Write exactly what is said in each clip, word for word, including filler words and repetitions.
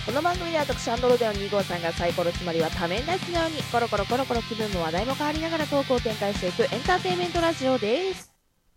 この番組では私アンドロデオンに号さんがサイコロつまりは多面ダイスのようにコロコロコロコロ気分も話題も変わりながらトークを展開していくエンターテインメントラジオです。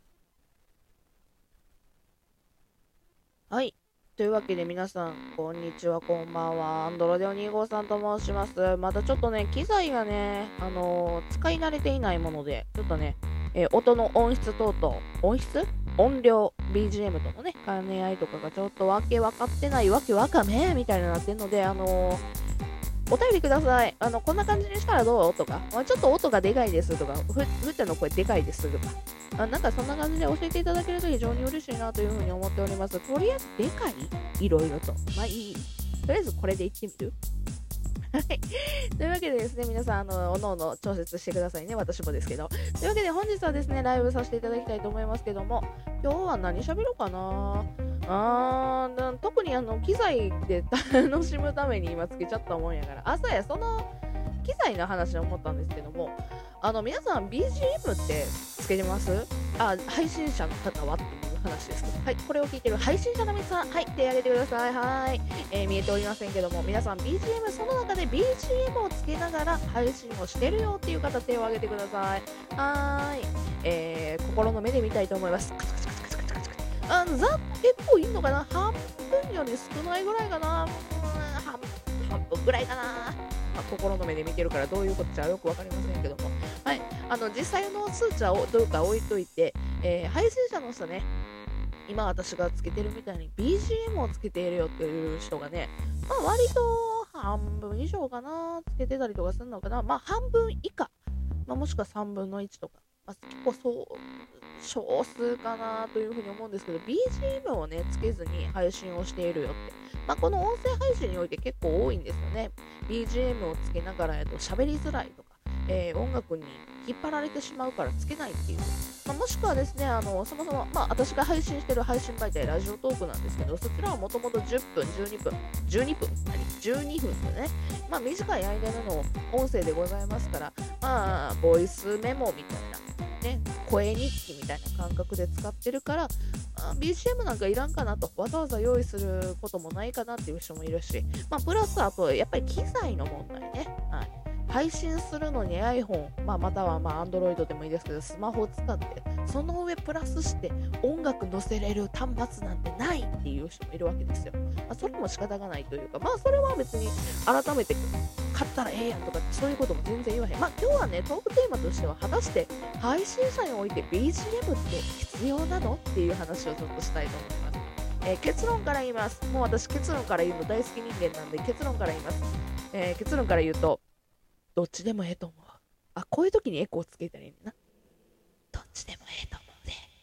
はい、というわけで皆さんこんにちは、こんばんは。アンドロデオンに号さんと申します。まだちょっとね機材がね、あのー、使い慣れていないものでちょっとね、えー、音の音質等々音質音量 ビージーエム とのね兼ね合いとかがちょっとわけ分かってないわけわかめみたいになってるので、あのー、お便りください。あのこんな感じにしたらどうとか、まあ、ちょっと音がでかいですとか、ふふっちゃんの声でかいですとか、あなんかそんな感じで教えていただけると非常に嬉しいなというふうに思っております。とりあえずでかいいろいろとまあいい、とりあえずこれでいってみるはい。というわけでですね、皆さん、あの、おのおの調節してくださいね。私もですけど。というわけで、本日はですね、ライブさせていただきたいと思いますけども、今日は何喋ろうかなあー、特にあの、機材で楽しむために今つけちゃったもんやから。あ、そうや、その、機材の話で思ったんですけども、あの、皆さん ビージーエム ってつけてます？あ、配信者の方はっていう話ですけど、はい、これを聞いてる配信者の皆さん、はい、手挙げてください。はい、えー、見えておりませんけども、皆さん ビージーエム、その中で ビージーエム をつけながら配信をしてるよっていう方、手を挙げてください。はーい、えー、心の目で見たいと思います。あのざ結構いいのかな、半分より少ないぐらいかな、半, 半分ぐらいかな、まあ、心の目で見てるからどういうことじゃよくわかりませんけども、はい、あの実際の数値はどうか置いといて、えー、配信者の人ね、今私がつけてるみたいに ビージーエム をつけているよっていう人がね、まあ割と半分以上かな、つけてたりとかするのかな、まあ半分以下、まあ、もしくはさんぶんのいちとか、まあ、結構そう少数かなというふうに思うんですけど、 ビージーエム をねつけずに配信をしているよって、まあ、この音声配信において結構多いんですよね。 ビージーエム をつけながら、えっと、喋りづらいとか、えー、音楽に引っ張られてしまうからつけないっていう、まあ、もしくはですね、あのそもそも、まあ、私が配信している配信媒体ラジオトークなんですけど、そちらはもともとじゅっぷんじゅうにふんじゅうにふん何じゅうにふんでね、まあ短い間での音声でございますから、まあボイスメモみたいなね、声日記みたいな感覚で使ってるから、あ ビージーエム なんかいらんかなと、わざわざ用意することもないかなっていう人もいるし、まあプラスあとやっぱり機材の問題ね、はい、配信するのに iPhone、まあ、またはまあ Android でもいいですけど、スマホを使ってその上プラスして音楽載せれる端末なんてないっていう人もいるわけですよ。まあ、それも仕方がないというか、まあそれは別に改めて買ったらええやんとかそういうことも全然言わへん。まあ今日はね、トークテーマとしては果たして配信者において ビージーエム って必要なのっていう話をちょっとしたいと思います。えー、結論から言います。もう私結論から言うの大好き人間なんで結論から言います。えー、結論から言うと、どっちでもええと思う。あ、こういう時にエコーつけたらいいねんな。どっちでもええと思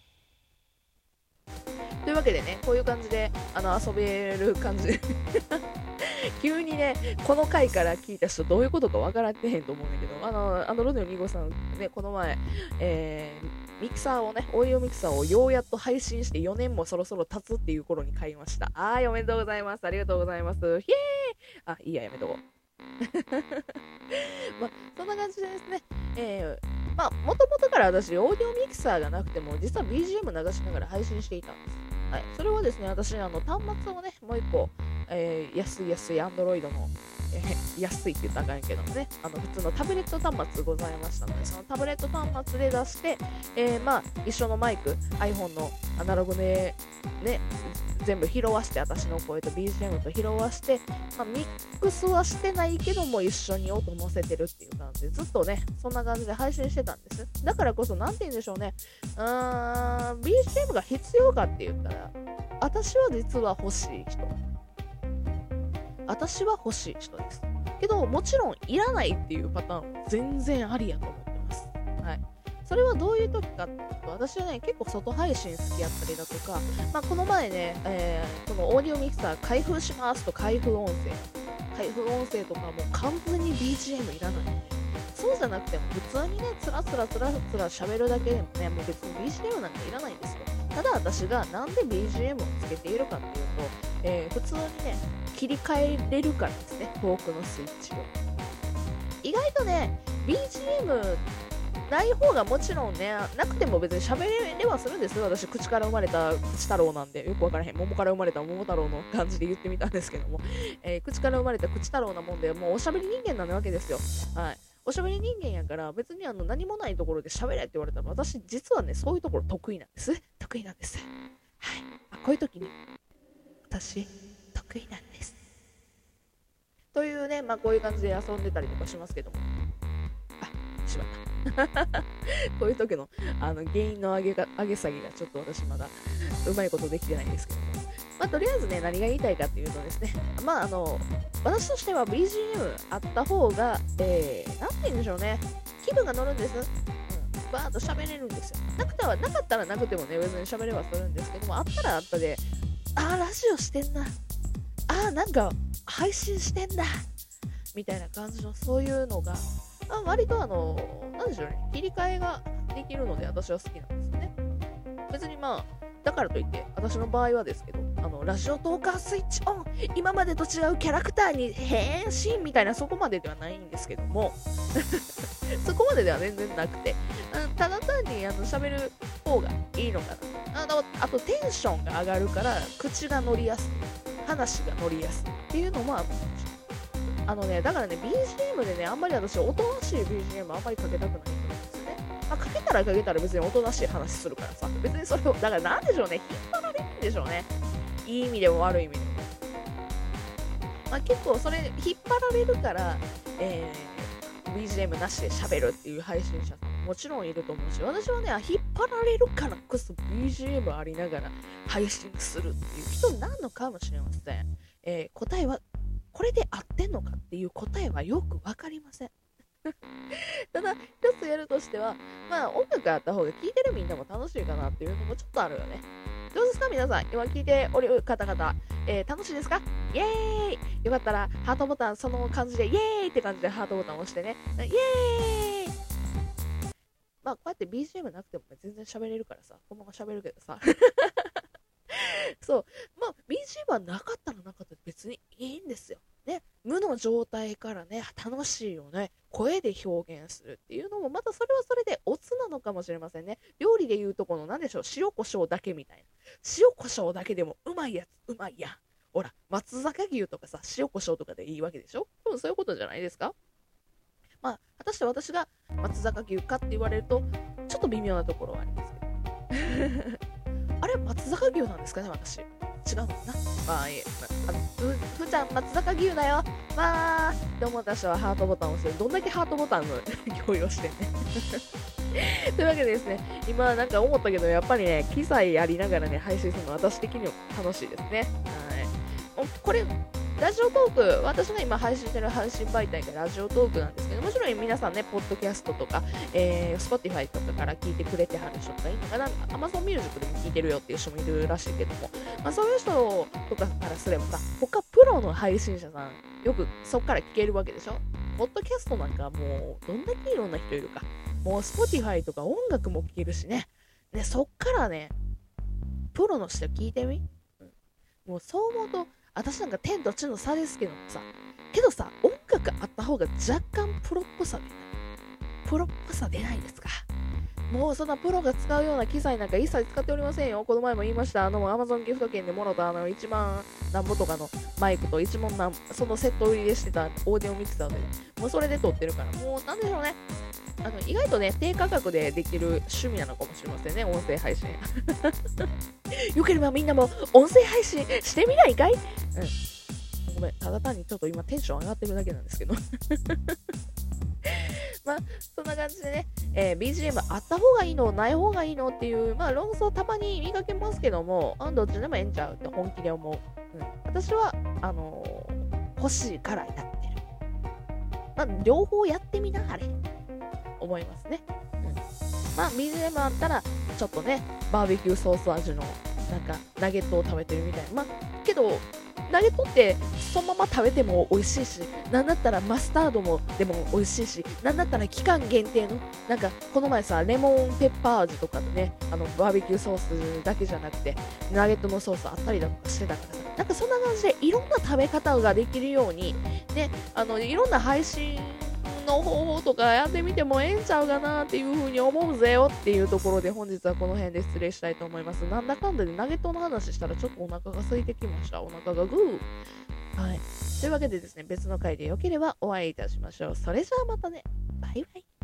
うで。というわけでね、こういう感じであの遊べる感じで急にね、この回から聞いた人どういうことかわからってへんと思うんだけど、あの、あのロデオに号さんね、この前、えー、ミキサーをね、オーディオミキサーをようやっと配信してよねんもそろそろ経つっていう頃に買いました。あー、おめでとうございます。ありがとうございます。ひえーあ、いいや、やめとこう。まあ、そんな感じでですね、えー、まあ、もともとから私、オーディオミキサーがなくても、実は ビージーエム 流しながら配信していたんです。はい、それはですね、私、あの端末をね、もう一個、えー、安い安い Android の、えー、安いって言ったらあかんやけどね、あの普通のタブレット端末ございましたので、そのタブレット端末で出して、えー、まあ、一緒のマイク、iPhone のアナログでね、全部拾わして、私の声と ビージーエム と拾わして、まあ、ミックスはしてないけども一緒に音乗せてるっていう感じで、ずっとねそんな感じで配信してたんです。だからこそなんて言うんでしょうね、うーん ビージーエム が必要かって言ったら、私は実は欲しい人私は欲しい人ですけど、もちろんいらないっていうパターン全然ありやと思ってます。はい、それはどういう時かっていうと、私はね結構外配信好きやったりだとか、まあ、この前ね、えー、このオーディオミキサー開封しますと開封音声開封音声とかも完全に ビージーエム いらない。そうじゃなくても普通にねつらつらつらつら喋るだけでもね、もう別に ビージーエム なんかいらないんですよ。ただ私がなんで ビージーエム をつけているかっていうと、えー、普通にね切り替えれるからですね、トークのスイッチを。意外とね ビージーエムない方がもちろんね、なくても別に喋れはするんですよ。私、口から生まれた口太郎なんで、よくわからへん。桃から生まれた桃太郎の感じで言ってみたんですけども、えー、口から生まれた口太郎なもんで、もうおしゃべり人間なわけですよ。はい。おしゃべり人間やから、別にあの何もないところで喋れって言われたら、私、実はね、そういうところ得意なんです。得意なんです。はい。あ、こういう時に、私、得意なんです。というね、まあこういう感じで遊んでたりとかしますけども。あ、しまった。こういう時のあの原因の上げが上げ下げがちょっと私まだうまいことできてないんですけども。まあとりあえずね、何が言いたいかっていうとですね、まああの、私としては ビージーエム あった方が、えー、なんて言うんでしょうね、気分が乗るんです。うん、バーッと喋れるんですよ。なくては、なかったらなくてもね、別に喋れはするんですけども、あったらあったで、あー、ラジオしてんな。あー、なんか、配信してんだみたいな感じのそういうのが、まあ、割とあのなんでしょうね、切り替えができるので私は好きなんですよね。別にまあだからといって私の場合はですけど、あのラジオトーカースイッチオン、今までと違うキャラクターに変身みたいな、そこまでではないんですけどもそこまででは全然なくて、ただ単にあの喋る方がいいのかな。あのあとテンションが上がるから口が乗りやすい、話が乗りやすいっていうのもある。あのね、だからね、ビージーエム でね、あんまり私、おとなしい ビージーエム あんまりかけたくないんですよね。まあ、かけたらかけたら別におとなしい話するからさ、別にそれを、だからなんでしょうね、引っ張られるんでしょうね。いい意味でも悪い意味でも。まあ、結構それ、引っ張られるから、えー、ビージーエム なしで喋るっていう配信者さんもちろんいると思うし、私はね、引っ張られるからこそ ビージーエム ありながら配信するっていう人なのかもしれません。えー、答えは、これで合ってんのかっていう答えはよく分かりませんただ一つやるとしては、まあ音楽あった方が聴いてるみんなも楽しいかなっていうのもちょっとあるよね。どうですか皆さん、今聞いておる方々、えー、楽しいですか？イエーイ。よかったらハートボタン、その感じでイエーイって感じでハートボタンを押してね、イエーイ。まあこうやって ビージーエム なくても、ね、全然喋れるからさ、このまま喋るけどさそう、まあ ビージーエム はなかったらなかったら別にいいんですよね。無の状態からね、楽しいをね、声で表現するっていうのもまたそれはそれでオツなのかもしれませんね。料理でいうとこの何でしょう、塩コショウだけみたいな、塩コショウだけでもうまいやつうまいやん。ほら松坂牛とかさ、塩コショウとかでいいわけでしょ。多分そういうことじゃないですか。まあ果たして私が松坂牛かって言われるとちょっと微妙なところはありますけどあれ松坂牛なんですかね、私。違うのかな。まあいい、まあ、ふふーちゃん松坂牛だよまあって思った人はハートボタンを押して、どんだけハートボタンの共有してねというわけでですね、今なんか思ったけど、やっぱりね、機材やりながらね配信するの私的にも楽しいですね。はい、これラジオトーク、私が今配信してる配信媒体がラジオトークなんですけど、もちろん皆さんね、ポッドキャストとか、えー、Spotify とかから聞いてくれてはる人とかいいのかな、Amazon Music でも聞いてるよっていう人もいるらしいけども、まあ、そういう人とかからすればさ、他プロの配信者さん、よくそっから聞けるわけでしょ。ポッドキャストなんかもう、どんだけいろんな人いるか。もう Spotify とか音楽も聴けるしね。ね、そっからね、プロの人聞いてみ、うん、もうそう思うと、私なんか天と地の差ですけどさ、けどさ、音楽あった方が若干プロっぽさ出ない。プロっぽさ出ないですか。もうそんなプロが使うような機材なんか一切使っておりませんよ。この前も言いました。あの Amazon ギフト券でもろたあのいちまんなんぼとかのマイクといちまんなんそのセット売りでしてたオーディオミキサーで、もうそれで撮ってるから、もうなんでしょうね。あの意外とね、低価格でできる趣味なのかもしれませんね、音声配信よければみんなも音声配信してみないかい。うん、ごめん、ただ単にちょっと今テンション上がってるだけなんですけどまあそんな感じでね、えー、ビージーエム あった方がいいのない方がいいのっていう、まあ論争たまに見かけますけども、あどっちでもええんちゃうって本気で思う、うん、私はあのー、欲しいからやってる。まあ両方やってみなあれ思いますね。うん、まあ ビージーエム あったらちょっとね、バーベキューソース味のなんかナゲットを食べてるみたいな。まあけどナゲットってそのまま食べても美味しいし、なんだったらマスタードもでも美味しいし、なんだったら期間限定のなんかこの前さ、レモンペッパー味とかでね、あのバーベキューソースだけじゃなくてナゲットのソースあったりだとかしてたからさ、なんかそんな感じでいろんな食べ方ができるようにね、あのいろんな配信の方法とかやってみてもええんちゃうかなっていう風に思うぜよっていうところで、本日はこの辺で失礼したいと思います。なんだかんだでナゲットの話したらちょっとお腹が空いてきました。お腹がグー。はい。というわけでですね、別の回でよければお会いいたしましょう。それじゃあまたね。バイバイ。